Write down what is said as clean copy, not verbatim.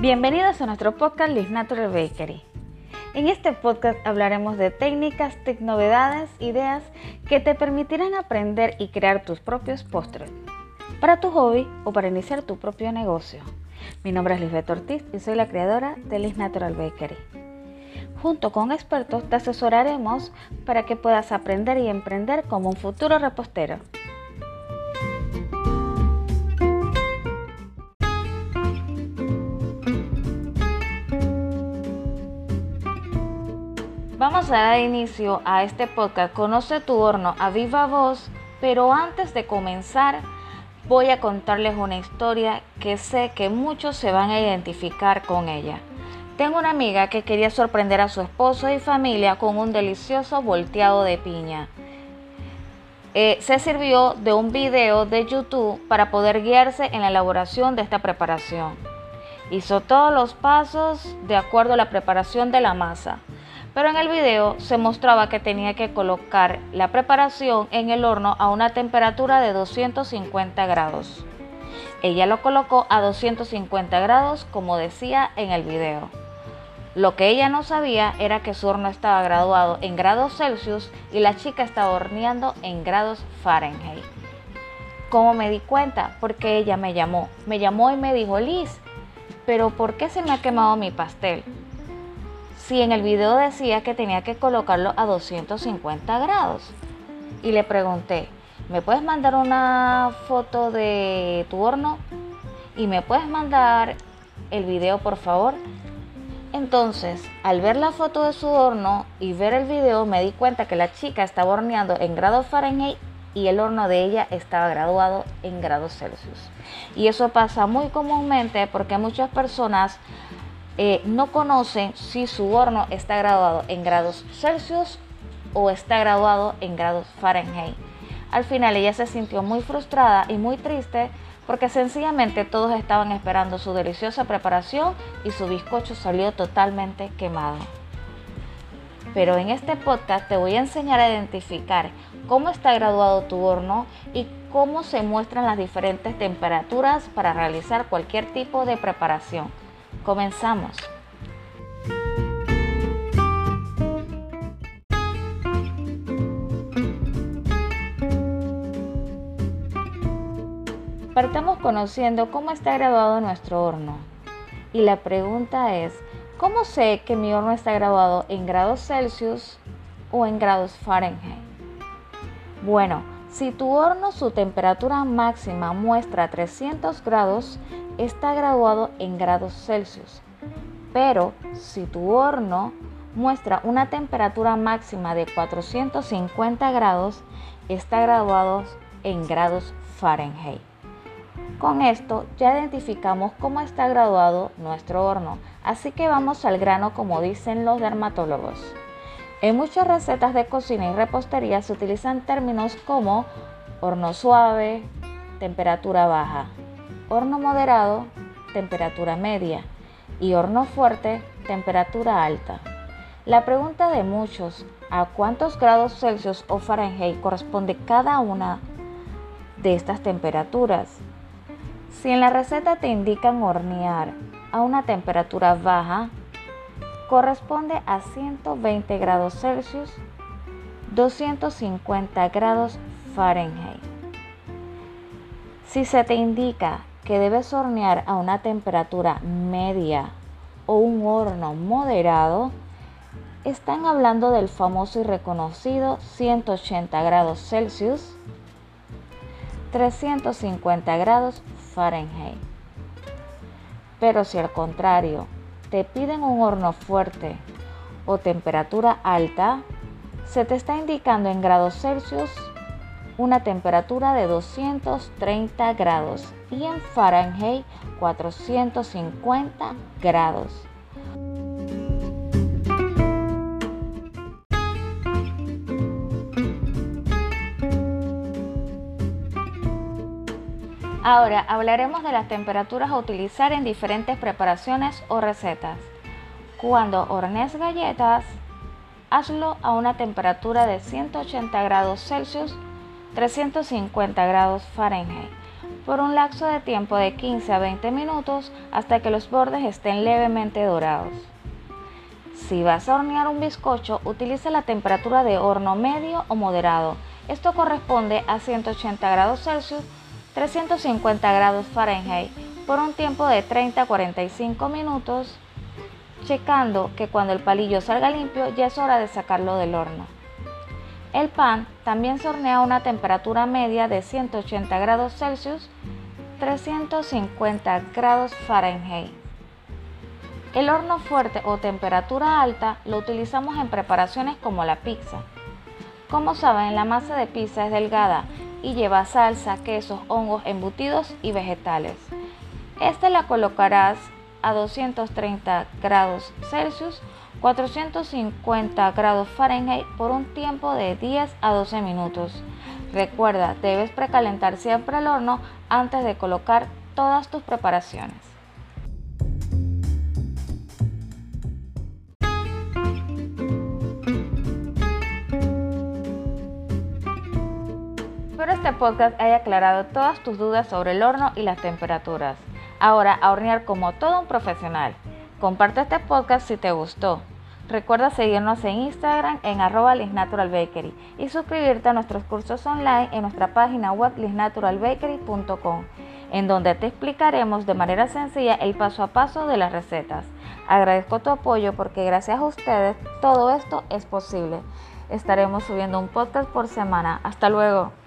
Bienvenidos a nuestro podcast Liz Natural Bakery. En este podcast hablaremos de técnicas, novedades, ideas que te permitirán aprender y crear tus propios postres para tu hobby o para iniciar tu propio negocio. Mi nombre es Lisbeth Ortiz y soy la creadora de Liz Natural Bakery. Junto con expertos te asesoraremos para que puedas aprender y emprender como un futuro repostero. Vamos a dar inicio a este podcast Conoce tu horno a viva voz, pero antes de comenzar voy a contarles una historia que sé que muchos se van a identificar con ella. Tengo una amiga que quería sorprender a su esposo y familia con un delicioso volteado de piña. Se sirvió de un video de YouTube para poder guiarse en la elaboración de esta preparación. Hizo todos los pasos de acuerdo a la preparación de la masa. Pero en el video se mostraba que tenía que colocar la preparación en el horno a una temperatura de 250 grados. Ella lo colocó a 250 grados como decía en el video. Lo que ella no sabía era que su horno estaba graduado en grados Celsius y la chica estaba horneando en grados Fahrenheit. ¿Cómo me di cuenta? Porque ella me llamó y me dijo: Liz, ¿pero por qué se me ha quemado mi pastel? Si en el video decía que tenía que colocarlo a 250 grados. Y le pregunté: ¿me puedes mandar una foto de tu horno? ¿Y me puedes mandar el video, por favor? Entonces, al ver la foto de su horno y ver el video, me di cuenta que la chica estaba horneando en grados Fahrenheit y el horno de ella estaba graduado en grados Celsius. Y eso pasa muy comúnmente porque muchas personas no conocen si su horno está graduado en grados Celsius o está graduado en grados Fahrenheit. Al final ella se sintió muy frustrada y muy triste porque sencillamente todos estaban esperando su deliciosa preparación y su bizcocho salió totalmente quemado. Pero en este podcast te voy a enseñar a identificar cómo está graduado tu horno y cómo se muestran las diferentes temperaturas para realizar cualquier tipo de preparación. Comenzamos. Partamos conociendo cómo está graduado nuestro horno. Y la pregunta es: ¿cómo sé que mi horno está graduado en grados Celsius o en grados Fahrenheit? Bueno, si tu horno, su temperatura máxima muestra 300 grados, está graduado en grados Celsius. Pero si tu horno muestra una temperatura máxima de 450 grados, está graduado en grados Fahrenheit. Con esto ya identificamos cómo está graduado nuestro horno, así que vamos al grano como dicen los dermatólogos. En muchas recetas de cocina y repostería se utilizan términos como horno suave, temperatura baja, horno moderado, temperatura media y horno fuerte, temperatura alta. La pregunta de muchos: ¿a cuántos grados Celsius o Fahrenheit corresponde cada una de estas temperaturas? Si en la receta te indican hornear a una temperatura baja, corresponde a 120 grados Celsius, 250 grados Fahrenheit. Si se te indica que debes hornear a una temperatura media o un horno moderado, están hablando del famoso y reconocido 180 grados Celsius, 350 grados Fahrenheit. Pero si al contrario te piden un horno fuerte o temperatura alta, se te está indicando en grados Celsius una temperatura de 230 grados y en Fahrenheit 450 grados. Ahora hablaremos de las temperaturas a utilizar en diferentes preparaciones o recetas. Cuando hornees galletas, hazlo a una temperatura de 180 grados Celsius, 350 grados Fahrenheit. por un lapso de tiempo de 15 a 20 minutos hasta que los bordes estén levemente dorados. Si vas a hornear un bizcocho, utiliza la temperatura de horno medio o moderado. Esto corresponde a 180 grados Celsius, 350 grados Fahrenheit, por un tiempo de 30 a 45 minutos, checando que cuando el palillo salga limpio ya es hora de sacarlo del horno. El pan también se hornea a una temperatura media de 180 grados Celsius, 350 grados Fahrenheit. El horno fuerte o temperatura alta lo utilizamos en preparaciones como la pizza. Como saben, la masa de pizza es delgada y lleva salsa, quesos, hongos, embutidos y vegetales. La colocarás a 230 grados Celsius, 450 grados Fahrenheit por un tiempo de 10 a 12 minutos. Recuerda, debes precalentar siempre el horno antes de colocar todas tus preparaciones. Espero este podcast haya aclarado todas tus dudas sobre el horno y las temperaturas. Ahora a hornear como todo un profesional. Comparte este podcast si te gustó. Recuerda seguirnos en Instagram en @lisnaturalbakery y suscribirte a nuestros cursos online en nuestra página web lisnaturalbakery.com, en donde te explicaremos de manera sencilla el paso a paso de las recetas. Agradezco tu apoyo porque gracias a ustedes todo esto es posible. Estaremos subiendo un podcast por semana. Hasta luego.